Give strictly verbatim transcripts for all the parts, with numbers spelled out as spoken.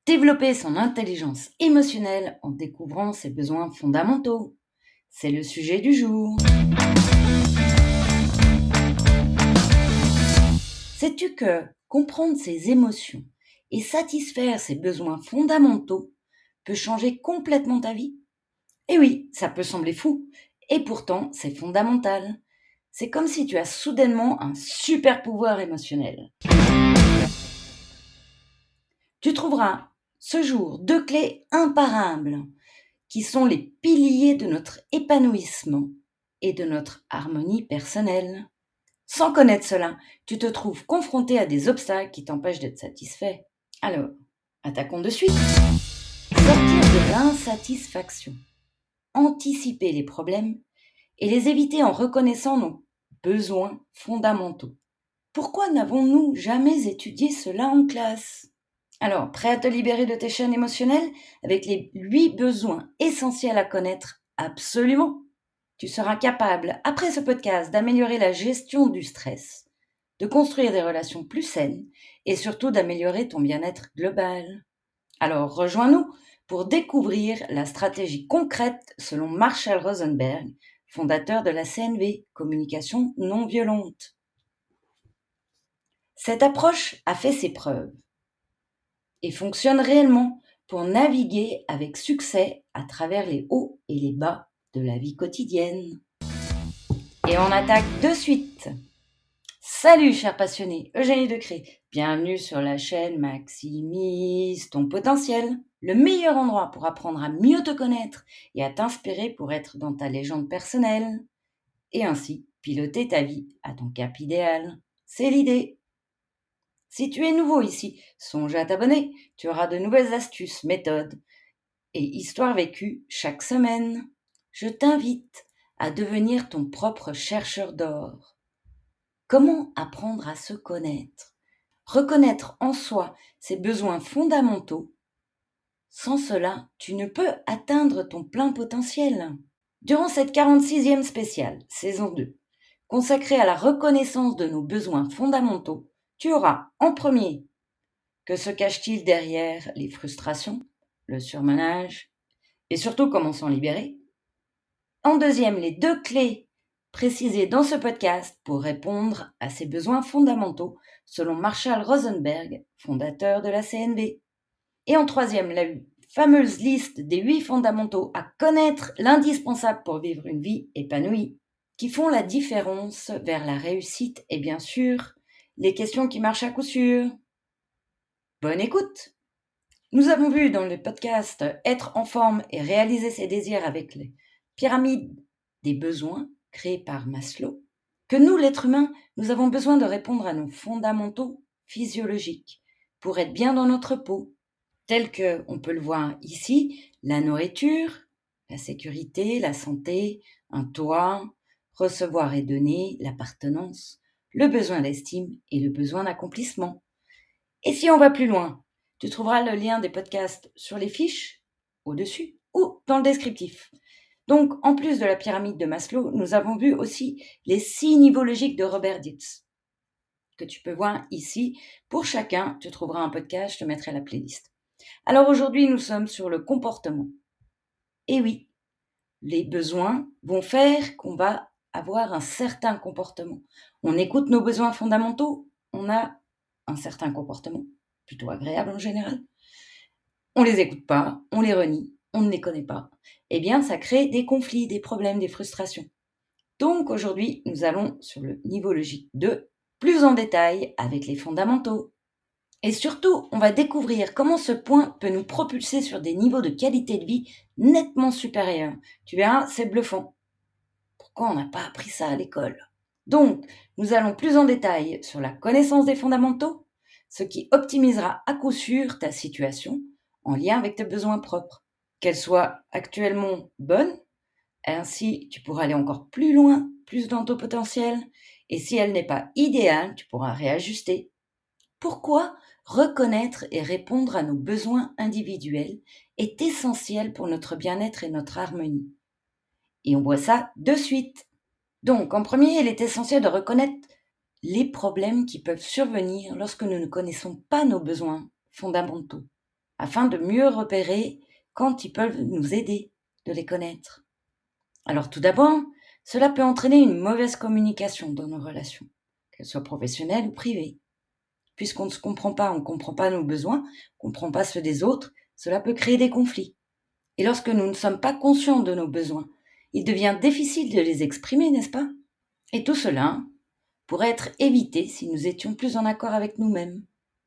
développer son intelligence émotionnelle en découvrant ses besoins fondamentaux. C'est le sujet du jour. Sais-tu que comprendre ses émotions et satisfaire ses besoins fondamentaux peut changer complètement ta vie? Eh oui, ça peut sembler fou, et pourtant c'est fondamental. C'est comme si tu as soudainement un super pouvoir émotionnel. Tu trouveras ce jour deux clés imparables qui sont les piliers de notre épanouissement et de notre harmonie personnelle. Sans connaître cela, tu te trouves confronté à des obstacles qui t'empêchent d'être satisfait. Alors, attaquons de suite. Sortir de l'insatisfaction, anticiper les problèmes et les éviter en reconnaissant nos besoins fondamentaux. Pourquoi n'avons-nous jamais étudié cela en classe? Alors, prêt à te libérer de tes chaînes émotionnelles avec les huit besoins essentiels à connaître absolument? Tu seras capable, après ce podcast, d'améliorer la gestion du stress, de construire des relations plus saines et surtout d'améliorer ton bien-être global. Alors, rejoins-nous pour découvrir la stratégie concrète selon Marshall Rosenberg, fondateur de la C N V, Communication non violente. Cette approche a fait ses preuves et fonctionne réellement pour naviguer avec succès à travers les hauts et les bas de la vie quotidienne. Et on attaque de suite. Salut chers passionnés, Eugénie Decré, bienvenue sur la chaîne Maximise ton potentiel, le meilleur endroit pour apprendre à mieux te connaître et à t'inspirer pour être dans ta légende personnelle et ainsi piloter ta vie à ton cap idéal. C'est l'idée. Si tu es nouveau ici, songe à t'abonner, tu auras de nouvelles astuces, méthodes et histoires vécues chaque semaine. Je t'invite à devenir ton propre chercheur d'or. Comment apprendre à se connaître? Reconnaître en soi ses besoins fondamentaux. Sans cela, tu ne peux atteindre ton plein potentiel. Durant cette quarante-sixième spéciale, saison deux, consacrée à la reconnaissance de nos besoins fondamentaux, tu auras en premier, que se cache-t-il derrière les frustrations, le surmenage, et surtout comment s'en libérer. En deuxième, les deux clés précisées dans ce podcast pour répondre à ces besoins fondamentaux selon Marshall Rosenberg, fondateur de la C N V. Et en troisième, la fameuse liste des huit fondamentaux à connaître, l'indispensable pour vivre une vie épanouie, qui font la différence vers la réussite et bien sûr, les questions qui marchent à coup sûr. Bonne écoute! Nous avons vu dans le podcast Être en forme et réaliser ses désirs avec les pyramides des besoins créées par Maslow que nous, l'être humain, nous avons besoin de répondre à nos fondamentaux physiologiques pour être bien dans notre peau, tels que, on peut le voir ici, la nourriture, la sécurité, la santé, un toit, recevoir et donner, l'appartenance, le besoin d'estime et le besoin d'accomplissement. Et si on va plus loin, tu trouveras le lien des podcasts sur les fiches, au-dessus, ou dans le descriptif. Donc, en plus de la pyramide de Maslow, nous avons vu aussi les six niveaux logiques de Robert Dietz, que tu peux voir ici. Pour chacun, tu trouveras un podcast, je te mettrai la playlist. Alors aujourd'hui, nous sommes sur le comportement. Et oui, les besoins vont faire qu'on va avoir un certain comportement. On écoute nos besoins fondamentaux, on a un certain comportement, plutôt agréable en général. On les écoute pas, on les renie, on ne les connaît pas. Eh bien, ça crée des conflits, des problèmes, des frustrations. Donc aujourd'hui, nous allons sur le niveau logique deux, plus en détail avec les fondamentaux. Et surtout, on va découvrir comment ce point peut nous propulser sur des niveaux de qualité de vie nettement supérieurs. Tu verras, c'est bluffant. Pourquoi on n'a pas appris ça à l'école? Donc, nous allons plus en détail sur la connaissance des fondamentaux, ce qui optimisera à coup sûr ta situation en lien avec tes besoins propres, qu'elles soient actuellement bonnes, ainsi tu pourras aller encore plus loin, plus dans ton potentiel, et si elle n'est pas idéale, tu pourras réajuster. Pourquoi reconnaître et répondre à nos besoins individuels est essentiel pour notre bien-être et notre harmonie? Et on voit ça de suite. Donc, en premier, il est essentiel de reconnaître les problèmes qui peuvent survenir lorsque nous ne connaissons pas nos besoins fondamentaux. afin de mieux repérer quand ils peuvent nous aider de les connaître. Alors tout d'abord, cela peut entraîner une mauvaise communication dans nos relations, qu'elles soient professionnelles ou privées. Puisqu'on ne se comprend pas, on ne comprend pas nos besoins, on ne comprend pas ceux des autres, cela peut créer des conflits. Et lorsque nous ne sommes pas conscients de nos besoins, il devient difficile de les exprimer, n'est-ce pas? Et tout cela pourrait être évité si nous étions plus en accord avec nous-mêmes.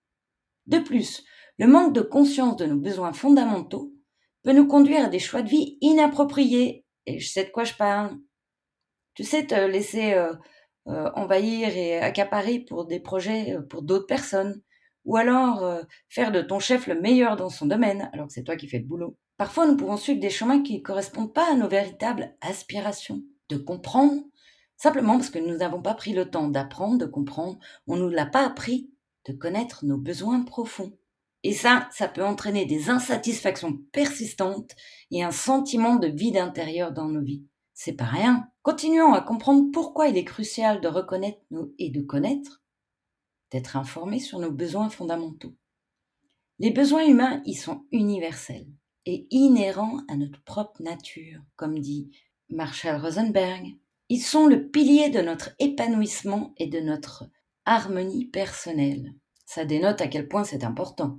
De plus, le manque de conscience de nos besoins fondamentaux peut nous conduire à des choix de vie inappropriés. Et je sais de quoi je parle. Tu sais, te laisser euh, euh, envahir et accaparer pour des projets euh, pour d'autres personnes. Ou alors euh, faire de ton chef le meilleur dans son domaine, alors que c'est toi qui fais le boulot. Parfois, nous pouvons suivre des chemins qui ne correspondent pas à nos véritables aspirations. De comprendre, simplement parce que nous n'avons pas pris le temps d'apprendre, de comprendre, on ne nous l'a pas appris, de connaître nos besoins profonds. Et ça, ça peut entraîner des insatisfactions persistantes et un sentiment de vide intérieur dans nos vies. C'est pas rien. Continuons à comprendre pourquoi il est crucial de reconnaître nos, et de connaître, d'être informés sur nos besoins fondamentaux. Les besoins humains, ils sont universels et inhérents à notre propre nature, comme dit Marshall Rosenberg. Ils sont le pilier de notre épanouissement et de notre harmonie personnelle. Ça dénote à quel point c'est important.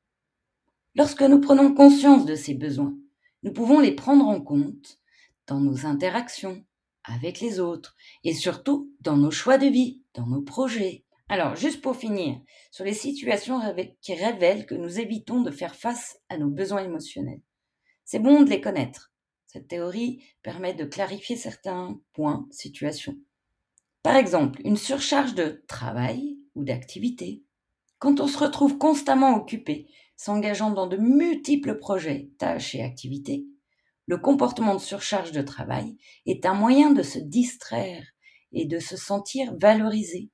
Lorsque nous prenons conscience de ces besoins, nous pouvons les prendre en compte dans nos interactions avec les autres et surtout dans nos choix de vie, dans nos projets. Alors, juste pour finir, sur les situations qui révèlent que nous évitons de faire face à nos besoins émotionnels. C'est bon de les connaître. Cette théorie permet de clarifier certains points, situations. Par exemple, une surcharge de travail ou d'activité. Quand on se retrouve constamment occupé, s'engageant dans de multiples projets, tâches et activités, le comportement de surcharge de travail est un moyen de se distraire et de se sentir valorisé.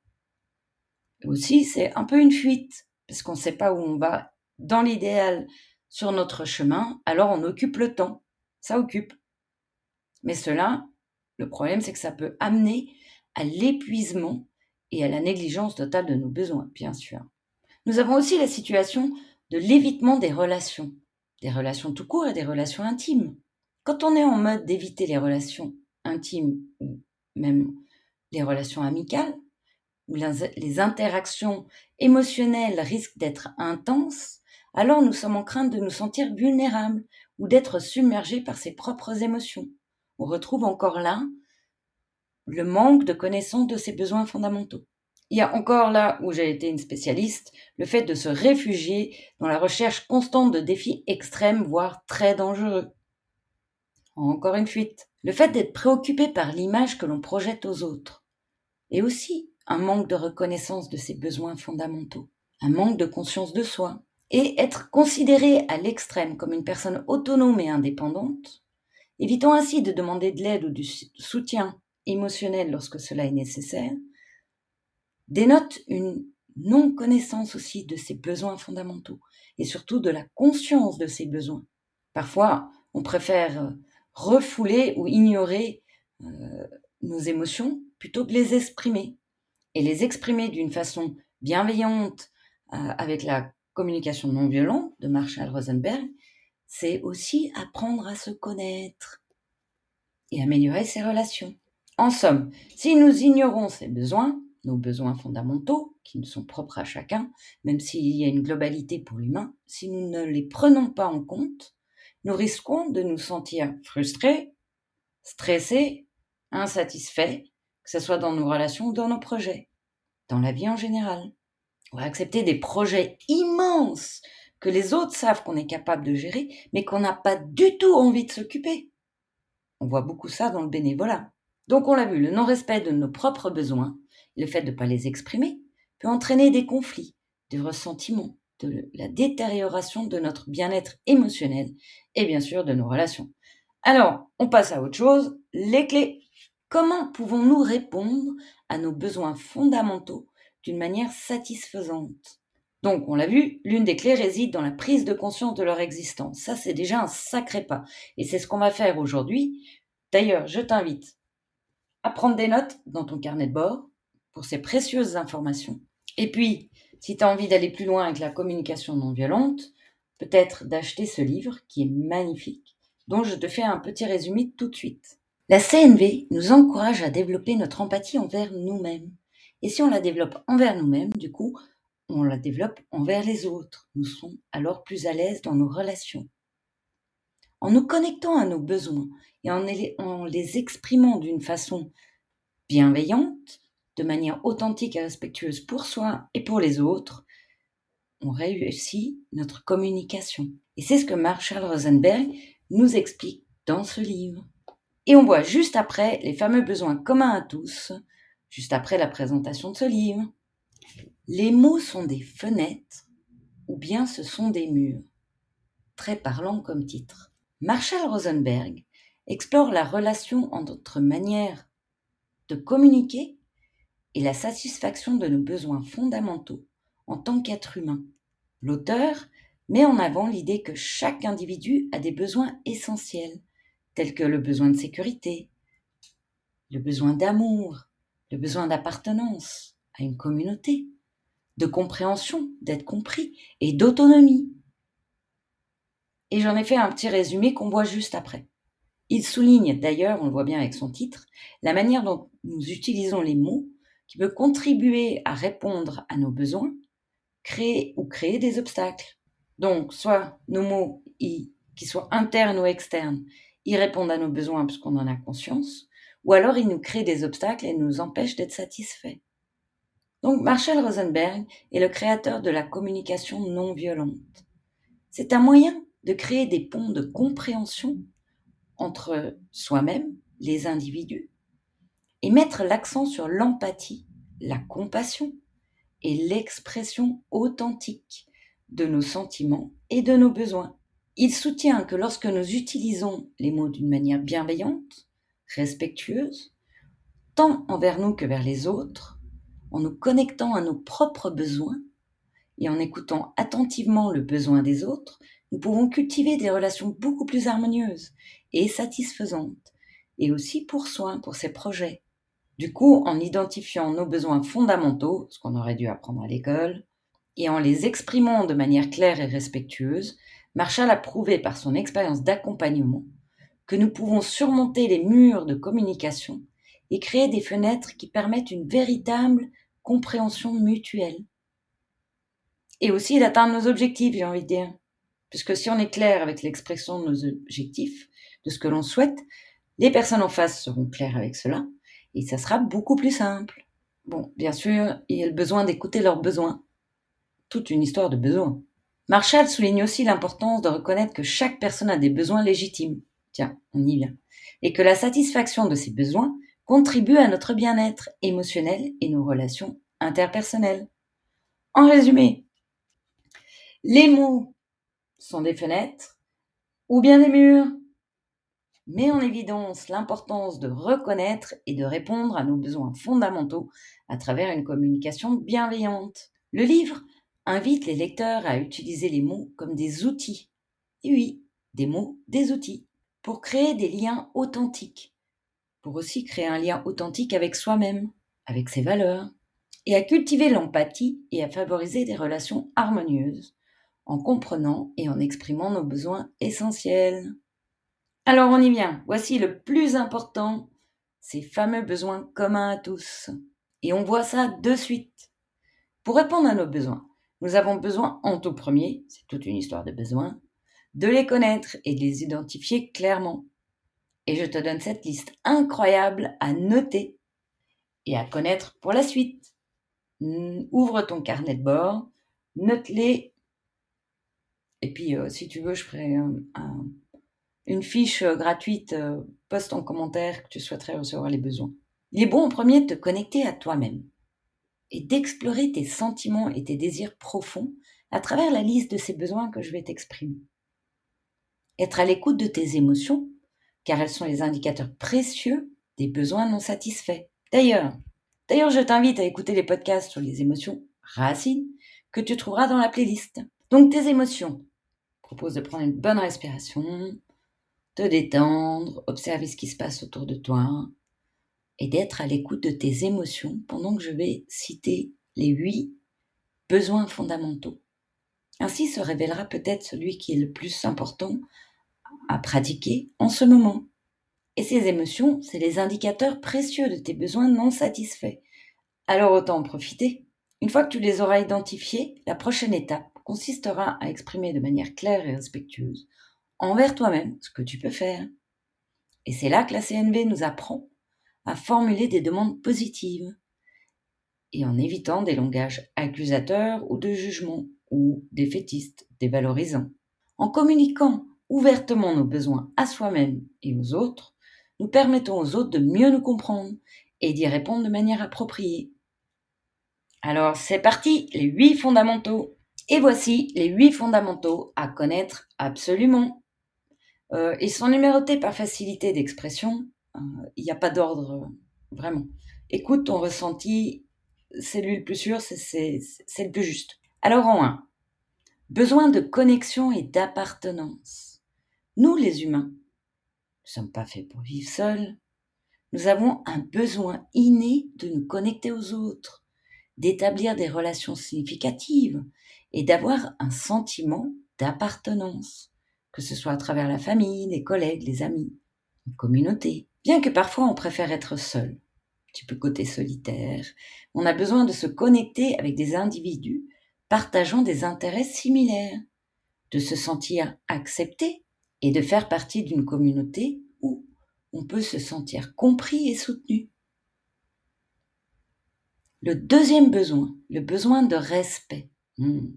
Aussi, c'est un peu une fuite, parce qu'on ne sait pas où on va. Dans l'idéal, sur notre chemin, alors on occupe le temps. Ça occupe. Mais cela, le problème, c'est que ça peut amener à l'épuisement et à la négligence totale de nos besoins, bien sûr. Nous avons aussi la situation de l'évitement des relations, des relations tout court et des relations intimes. Quand on est en mode d'éviter les relations intimes ou même les relations amicales, où les interactions émotionnelles risquent d'être intenses, alors nous sommes en crainte de nous sentir vulnérables ou d'être submergés par ses propres émotions. On retrouve encore là le manque de connaissance de ses besoins fondamentaux. Il y a encore là où j'ai été une spécialiste, le fait de se réfugier dans la recherche constante de défis extrêmes, voire très dangereux. Encore une fuite. Le fait d'être préoccupé par l'image que l'on projette aux autres. Et aussi un manque de reconnaissance de ses besoins fondamentaux. Un manque de conscience de soi. Et être considéré à l'extrême comme une personne autonome et indépendante, évitant ainsi de demander de l'aide ou du soutien émotionnel lorsque cela est nécessaire, dénote une non-connaissance aussi de ses besoins fondamentaux et surtout de la conscience de ses besoins. Parfois, on préfère refouler ou ignorer euh, nos émotions plutôt que les exprimer. Et les exprimer d'une façon bienveillante euh, avec la communication non violente de Marshall Rosenberg, c'est aussi apprendre à se connaître et améliorer ses relations. En somme, si nous ignorons ces besoins, nos besoins fondamentaux, qui nous sont propres à chacun, même s'il y a une globalité pour l'humain, si nous ne les prenons pas en compte, nous risquons de nous sentir frustrés, stressés, insatisfaits, que ce soit dans nos relations ou dans nos projets, dans la vie en général. On va accepter des projets immenses que les autres savent qu'on est capable de gérer, mais qu'on n'a pas du tout envie de s'occuper. On voit beaucoup ça dans le bénévolat. Donc on l'a vu, le non-respect de nos propres besoins, le fait de ne pas les exprimer, peut entraîner des conflits, des ressentiments, de la détérioration de notre bien-être émotionnel et bien sûr de nos relations. Alors, on passe à autre chose, les clés. Comment pouvons-nous répondre à nos besoins fondamentaux d'une manière satisfaisante ? Donc, on l'a vu, l'une des clés réside dans la prise de conscience de leur existence. Ça, c'est déjà un sacré pas. Et c'est ce qu'on va faire aujourd'hui. D'ailleurs, je t'invite à prendre des notes dans ton carnet de bord pour ces précieuses informations. Et puis, si tu as envie d'aller plus loin avec la communication non violente, peut-être d'acheter ce livre qui est magnifique, dont je te fais un petit résumé tout de suite. La C N V nous encourage à développer notre empathie envers nous-mêmes. Et si on la développe envers nous-mêmes, du coup, on la développe envers les autres. Nous serons alors plus à l'aise dans nos relations. En nous connectant à nos besoins et en les, en les exprimant d'une façon bienveillante, de manière authentique et respectueuse pour soi et pour les autres, on réussit notre communication. Et c'est ce que Marshall Rosenberg nous explique dans ce livre. Et on voit juste après les fameux besoins communs à tous, juste après la présentation de ce livre. Les mots sont des fenêtres ou bien ce sont des murs. Très parlant comme titre. Marshall Rosenberg explore la relation entre notre manière de communiquer et la satisfaction de nos besoins fondamentaux en tant qu'être humain. L'auteur met en avant l'idée que chaque individu a des besoins essentiels, tels que le besoin de sécurité, le besoin d'amour, le besoin d'appartenance à une communauté, de compréhension, d'être compris et d'autonomie. Et j'en ai fait un petit résumé qu'on voit juste après. Il souligne d'ailleurs, on le voit bien avec son titre, la manière dont nous utilisons les mots qui peut contribuer à répondre à nos besoins, créer ou créer des obstacles. Donc, soit nos mots, ils, qu'ils soient internes ou externes, ils répondent à nos besoins parce qu'on en a conscience, ou alors ils nous créent des obstacles et nous empêchent d'être satisfaits. Donc, Marshall Rosenberg est le créateur de la communication non violente. C'est un moyen de créer des ponts de compréhension entre soi-même, les individus, et mettre l'accent sur l'empathie, la compassion et l'expression authentique de nos sentiments et de nos besoins. Il soutient que lorsque nous utilisons les mots d'une manière bienveillante, respectueuse, tant envers nous que vers les autres, en nous connectant à nos propres besoins et en écoutant attentivement le besoin des autres, nous pouvons cultiver des relations beaucoup plus harmonieuses et satisfaisantes, et aussi pour soi, pour ses projets. Du coup, en identifiant nos besoins fondamentaux, ce qu'on aurait dû apprendre à l'école, et en les exprimant de manière claire et respectueuse, Marshall a prouvé par son expérience d'accompagnement que nous pouvons surmonter les murs de communication et créer des fenêtres qui permettent une véritable compréhension mutuelle. Et aussi d'atteindre nos objectifs, j'ai envie de dire. Puisque si on est clair avec l'expression de nos objectifs, de ce que l'on souhaite, les personnes en face seront claires avec cela, et ça sera beaucoup plus simple. Bon, bien sûr, il y a le besoin d'écouter leurs besoins. Toute une histoire de besoins. Marshall souligne aussi l'importance de reconnaître que chaque personne a des besoins légitimes. Tiens, on y vient. Et que la satisfaction de ces besoins contribue à notre bien-être émotionnel et nos relations interpersonnelles. En résumé, les mots sont des fenêtres ou bien des murs. Met en évidence l'importance de reconnaître et de répondre à nos besoins fondamentaux à travers une communication bienveillante. Le livre invite les lecteurs à utiliser les mots comme des outils. Et oui, des mots, des outils, pour créer des liens authentiques, pour aussi créer un lien authentique avec soi-même, avec ses valeurs, et à cultiver l'empathie et à favoriser des relations harmonieuses, en comprenant et en exprimant nos besoins essentiels. Alors on y vient, voici le plus important, ces fameux besoins communs à tous. Et on voit ça de suite. Pour répondre à nos besoins, nous avons besoin en tout premier, c'est toute une histoire de besoins, de les connaître et de les identifier clairement. Et je te donne cette liste incroyable à noter et à connaître pour la suite. Ouvre ton carnet de bord, note-les, et puis euh, si tu veux, je ferai un, un, une fiche euh, gratuite, euh, poste en commentaire que tu souhaiterais recevoir les besoins. Il est bon en premier de te connecter à toi-même et d'explorer tes sentiments et tes désirs profonds à travers la liste de ces besoins que je vais t'exprimer. Être à l'écoute de tes émotions, car elles sont les indicateurs précieux des besoins non satisfaits. D'ailleurs, d'ailleurs, je t'invite à écouter les podcasts sur les émotions racines que tu trouveras dans la playlist. Donc tes émotions, je propose de prendre une bonne respiration, te détendre, observer ce qui se passe autour de toi et d'être à l'écoute de tes émotions pendant que je vais citer les huit besoins fondamentaux. Ainsi se révélera peut-être celui qui est le plus important à pratiquer en ce moment. Et ces émotions, c'est les indicateurs précieux de tes besoins non satisfaits. Alors autant en profiter. Une fois que tu les auras identifiés, la prochaine étape consistera à exprimer de manière claire et respectueuse envers toi-même ce que tu peux faire. Et c'est là que la C N V nous apprend à formuler des demandes positives et en évitant des langages accusateurs ou de jugement ou défaitistes, dévalorisants. En communiquant ouvertement nos besoins à soi-même et aux autres, nous permettons aux autres de mieux nous comprendre et d'y répondre de manière appropriée. Alors c'est parti, les huit fondamentaux. Et voici les huit fondamentaux à connaître absolument. Euh, ils sont numérotés par facilité d'expression. Il euh, n'y a pas d'ordre, euh, vraiment. Écoute ton ressenti, c'est lui le plus sûr, c'est, c'est, c'est le plus juste. Alors en un, besoin de connexion et d'appartenance. Nous les humains, nous ne sommes pas faits pour vivre seuls. Nous avons un besoin inné de nous connecter aux autres, d'établir des relations significatives et d'avoir un sentiment d'appartenance, que ce soit à travers la famille, les collègues, les amis, une communauté. Bien que parfois on préfère être seul, un petit peu côté solitaire, on a besoin de se connecter avec des individus partageant des intérêts similaires, de se sentir accepté et de faire partie d'une communauté où on peut se sentir compris et soutenu. Le deuxième besoin, le besoin de respect. Hmm.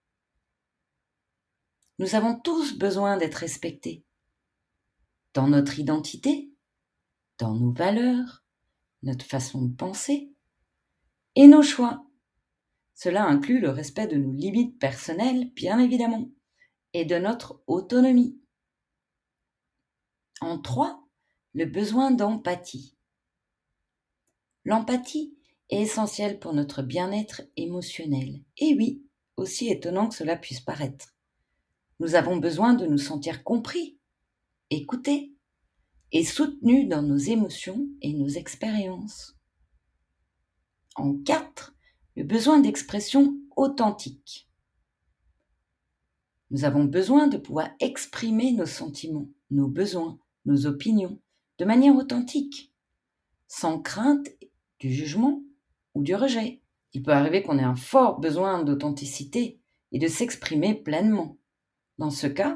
Nous avons tous besoin d'être respectés dans notre identité, dans nos valeurs, notre façon de penser et nos choix. Cela inclut le respect de nos limites personnelles, bien évidemment, et de notre autonomie. En trois, le besoin d'empathie. L'empathie est essentielle pour notre bien-être émotionnel. Et oui, aussi étonnant que cela puisse paraître. Nous avons besoin de nous sentir compris, écoutés et soutenus dans nos émotions et nos expériences. En quatre, le besoin d'expression authentique. Nous avons besoin de pouvoir exprimer nos sentiments, nos besoins, nos opinions de manière authentique, sans crainte du jugement ou du rejet. Il peut arriver qu'on ait un fort besoin d'authenticité et de s'exprimer pleinement. Dans ce cas,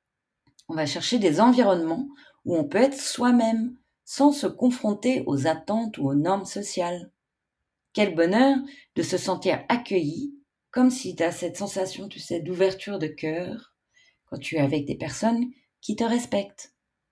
on va chercher des environnements où on peut être soi-même sans se confronter aux attentes ou aux normes sociales. Quel bonheur de se sentir accueilli, comme si tu as cette sensation, tu sais, d'ouverture de cœur quand tu es avec des personnes qui te respectent.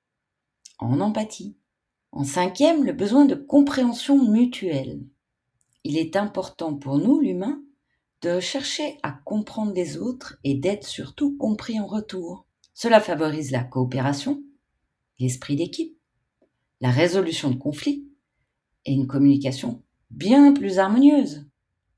En empathie. En cinquième, le besoin de compréhension mutuelle. Il est important pour nous, l'humain, de chercher à comprendre les autres et d'être surtout compris en retour. Cela favorise la coopération, l'esprit d'équipe, la résolution de conflits et une communication bien plus harmonieuse.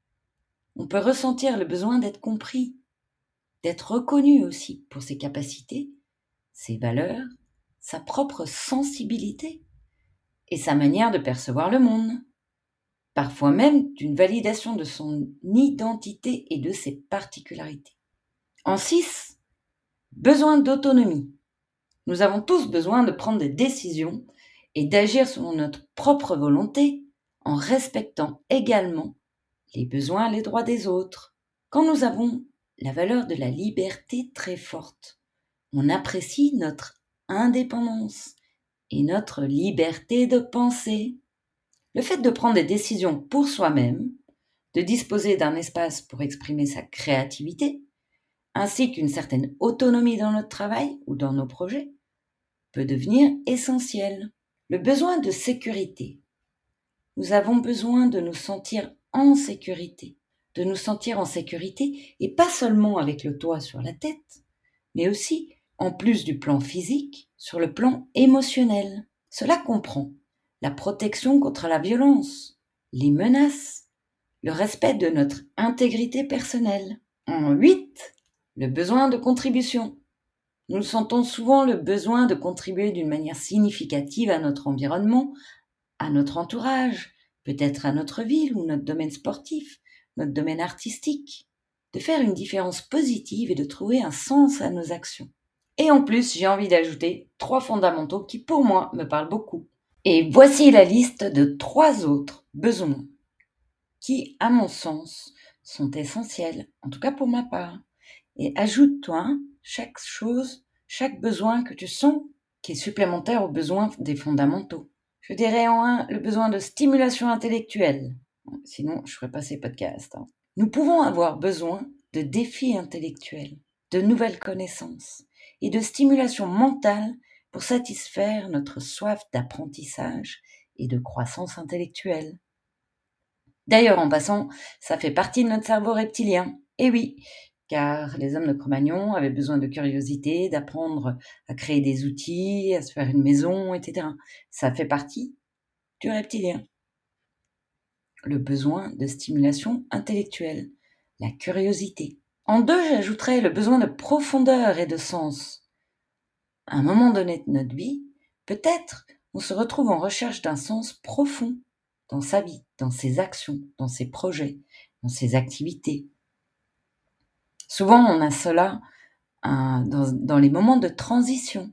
On peut ressentir le besoin d'être compris, d'être reconnu aussi pour ses capacités, ses valeurs, sa propre sensibilité et sa manière de percevoir le monde. Parfois même d'une validation de son identité et de ses particularités. En six, besoin d'autonomie. Nous avons tous besoin de prendre des décisions et d'agir selon notre propre volonté en respectant également les besoins et les droits des autres. Quand nous avons la valeur de la liberté très forte, on apprécie notre indépendance et notre liberté de penser. Le fait de prendre des décisions pour soi-même, de disposer d'un espace pour exprimer sa créativité, ainsi qu'une certaine autonomie dans notre travail ou dans nos projets, peut devenir essentiel. Le besoin de sécurité. Nous avons besoin de nous sentir en sécurité, de nous sentir en sécurité et pas seulement avec le toit sur la tête, mais aussi, en plus du plan physique, sur le plan émotionnel. Cela comprend la protection contre la violence, les menaces, le respect de notre intégrité personnelle. En huit, le besoin de contribution. Nous sentons souvent le besoin de contribuer d'une manière significative à notre environnement, à notre entourage, peut-être à notre ville ou notre domaine sportif, notre domaine artistique. de faire une différence positive et de trouver un sens à nos actions. Et en plus, j'ai envie d'ajouter trois fondamentaux qui, pour moi, me parlent beaucoup. Et voici la liste de trois autres besoins qui, à mon sens, sont essentiels, en tout cas pour ma part. Et ajoute-toi chaque chose, chaque besoin que tu sens qui est supplémentaire aux besoins des fondamentaux. Je dirais en un, le besoin de stimulation intellectuelle. Sinon, je ne ferai pas ces podcasts. Hein. Nous pouvons avoir besoin de défis intellectuels, de nouvelles connaissances et de stimulation mentale pour satisfaire notre soif d'apprentissage et de croissance intellectuelle. D'ailleurs, en passant, ça fait partie de notre cerveau reptilien. Et oui, car les hommes de Cro-Magnon avaient besoin de curiosité, d'apprendre à créer des outils, à se faire une maison, et cetera. Ça fait partie du reptilien. Le besoin de stimulation intellectuelle, la curiosité. En deux, j'ajouterais le besoin de profondeur et de sens. À un moment donné de notre vie, peut-être on se retrouve en recherche d'un sens profond dans sa vie, dans ses actions, dans ses projets, dans ses activités. Souvent, on a cela hein, dans, dans les moments de transition.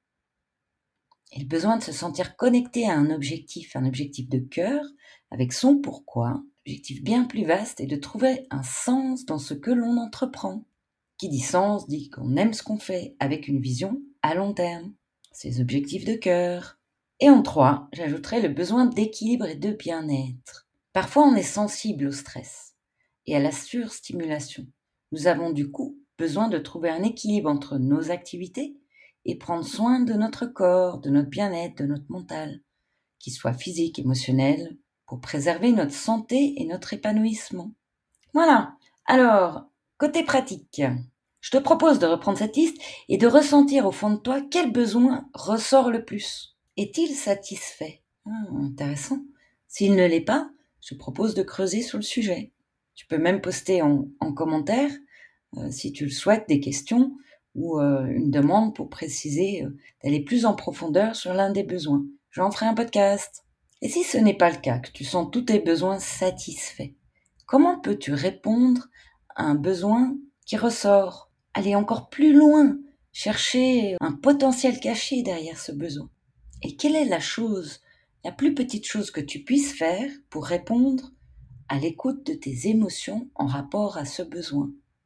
Et le besoin de se sentir connecté à un objectif, un objectif de cœur, avec son pourquoi, un objectif bien plus vaste, et de trouver un sens dans ce que l'on entreprend. Qui dit sens dit qu'on aime ce qu'on fait, avec une vision à long terme, ses objectifs de cœur. Et en trois, j'ajouterai le besoin d'équilibre et de bien-être. Parfois, on est sensible au stress et à la surstimulation. Nous avons du coup besoin de trouver un équilibre entre nos activités et prendre soin de notre corps, de notre bien-être, de notre mental, qu'il soit physique, émotionnel, pour préserver notre santé et notre épanouissement. Voilà. Alors, côté pratique, je te propose de reprendre cette liste et de ressentir au fond de toi quel besoin ressort le plus. Est-il satisfait ? ah, Intéressant. S'il ne l'est pas, je te propose de creuser sur le sujet. Tu peux même poster en, en commentaire, euh, si tu le souhaites, des questions ou euh, une demande pour préciser, euh, d'aller plus en profondeur sur l'un des besoins. J'en ferai un podcast. Et si ce n'est pas le cas, que tu sens tous tes besoins satisfaits, comment peux-tu répondre à un besoin qui ressort ? Aller encore plus loin, chercher un potentiel caché derrière ce besoin. Et quelle est la chose, la plus petite chose que tu puisses faire pour répondre à l'écoute de tes émotions en rapport à ce besoin ?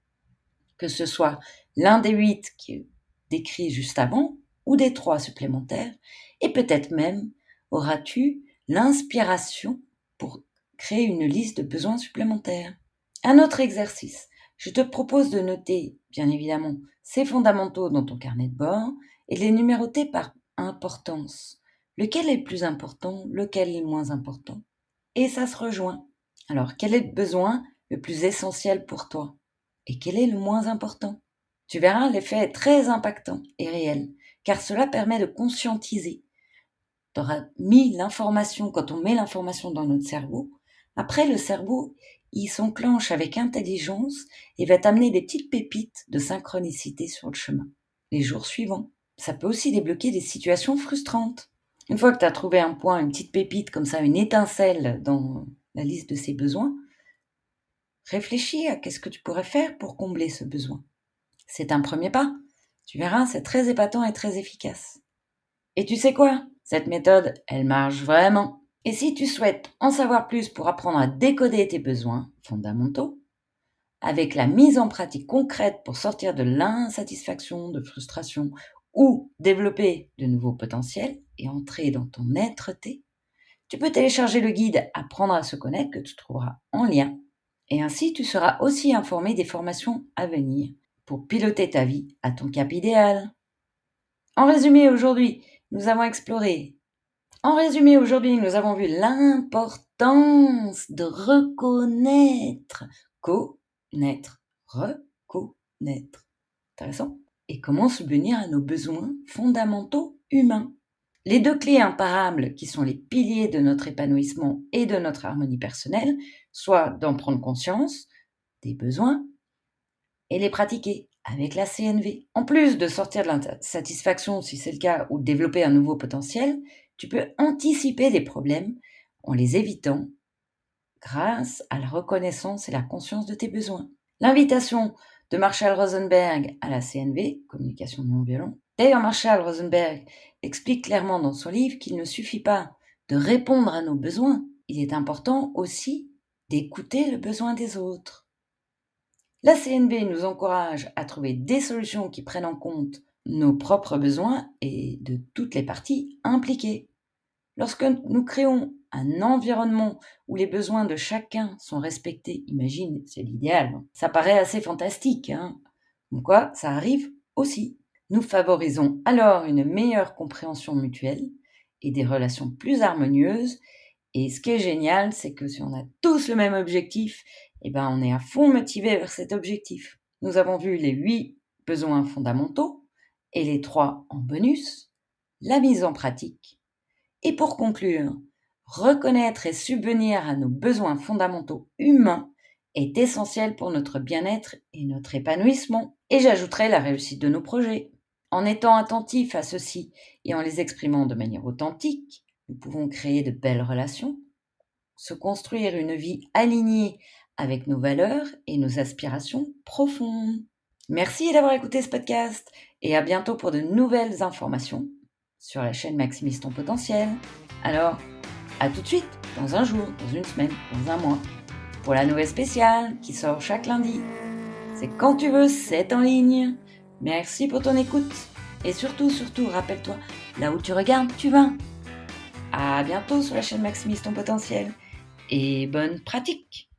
Que ce soit l'un des huit qui est décrit juste avant ou des trois supplémentaires, et peut-être même auras-tu l'inspiration pour créer une liste de besoins supplémentaires. Un autre exercice, je te propose de noter, bien évidemment, ces fondamentaux dans ton carnet de bord et de les numéroter par importance. Lequel est le plus important, lequel est le moins important ? Et ça se rejoint. Alors, quel est le besoin le plus essentiel pour toi ? Et quel est le moins important ? Tu verras, l'effet est très impactant et réel, car cela permet de conscientiser. Tu auras mis l'information, quand on met l'information dans notre cerveau, après le cerveau, il s'enclenche avec intelligence et va t'amener des petites pépites de synchronicité sur le chemin. Les jours suivants, ça peut aussi débloquer des situations frustrantes. Une fois que tu as trouvé un point, une petite pépite comme ça, une étincelle dans la liste de ces besoins, réfléchis à qu'est-ce que tu pourrais faire pour combler ce besoin. C'est un premier pas. Tu verras, c'est très épatant et très efficace. Et tu sais quoi ? Cette méthode, elle marche vraiment. Et si tu souhaites en savoir plus pour apprendre à décoder tes besoins fondamentaux, avec la mise en pratique concrète pour sortir de l'insatisfaction, de frustration ou développer de nouveaux potentiels et entrer dans ton être-té, tu peux télécharger le guide Apprendre à se connaître que tu trouveras en lien. Et ainsi, tu seras aussi informé des formations à venir pour piloter ta vie à ton cap idéal. En résumé, aujourd'hui, nous avons exploré. En résumé, aujourd'hui, nous avons vu l'importance de reconnaître, connaître, reconnaître. Intéressant. Et comment subvenir à nos besoins fondamentaux humains. Les deux clés imparables qui sont les piliers de notre épanouissement et de notre harmonie personnelle, soit d'en prendre conscience des besoins et les pratiquer avec la C N V. En plus de sortir de l'insatisfaction, si c'est le cas, ou de développer un nouveau potentiel, tu peux anticiper les problèmes en les évitant grâce à la reconnaissance et la conscience de tes besoins. L'invitation de Marshall Rosenberg à la C N V, communication non violente. D'ailleurs, Marshall Rosenberg explique clairement dans son livre qu'il ne suffit pas de répondre à nos besoins, il est important aussi d'écouter le besoin des autres. La C N V nous encourage à trouver des solutions qui prennent en compte nos propres besoins et de toutes les parties impliquées. Lorsque nous créons un environnement où les besoins de chacun sont respectés, imagine, c'est l'idéal, ça paraît assez fantastique, hein. Donc quoi, ça arrive aussi. Nous favorisons alors une meilleure compréhension mutuelle et des relations plus harmonieuses. Et ce qui est génial, c'est que si on a tous le même objectif, eh ben on est à fond motivé vers cet objectif. Nous avons vu les huit besoins fondamentaux et les trois en bonus, la mise en pratique. Et pour conclure, reconnaître et subvenir à nos besoins fondamentaux humains est essentiel pour notre bien-être et notre épanouissement. Et j'ajouterai la réussite de nos projets. En étant attentifs à ceux-ci et en les exprimant de manière authentique, nous pouvons créer de belles relations, se construire une vie alignée avec nos valeurs et nos aspirations profondes. Merci d'avoir écouté ce podcast et à bientôt pour de nouvelles informations sur la chaîne Maximise ton potentiel. Alors, à tout de suite, dans un jour, dans une semaine, dans un mois, pour la nouvelle spéciale qui sort chaque lundi. C'est quand tu veux, c'est en ligne. Merci pour ton écoute. Et surtout, surtout, rappelle-toi, là où tu regardes, tu vas. À bientôt sur la chaîne Maximise ton potentiel. Et bonne pratique!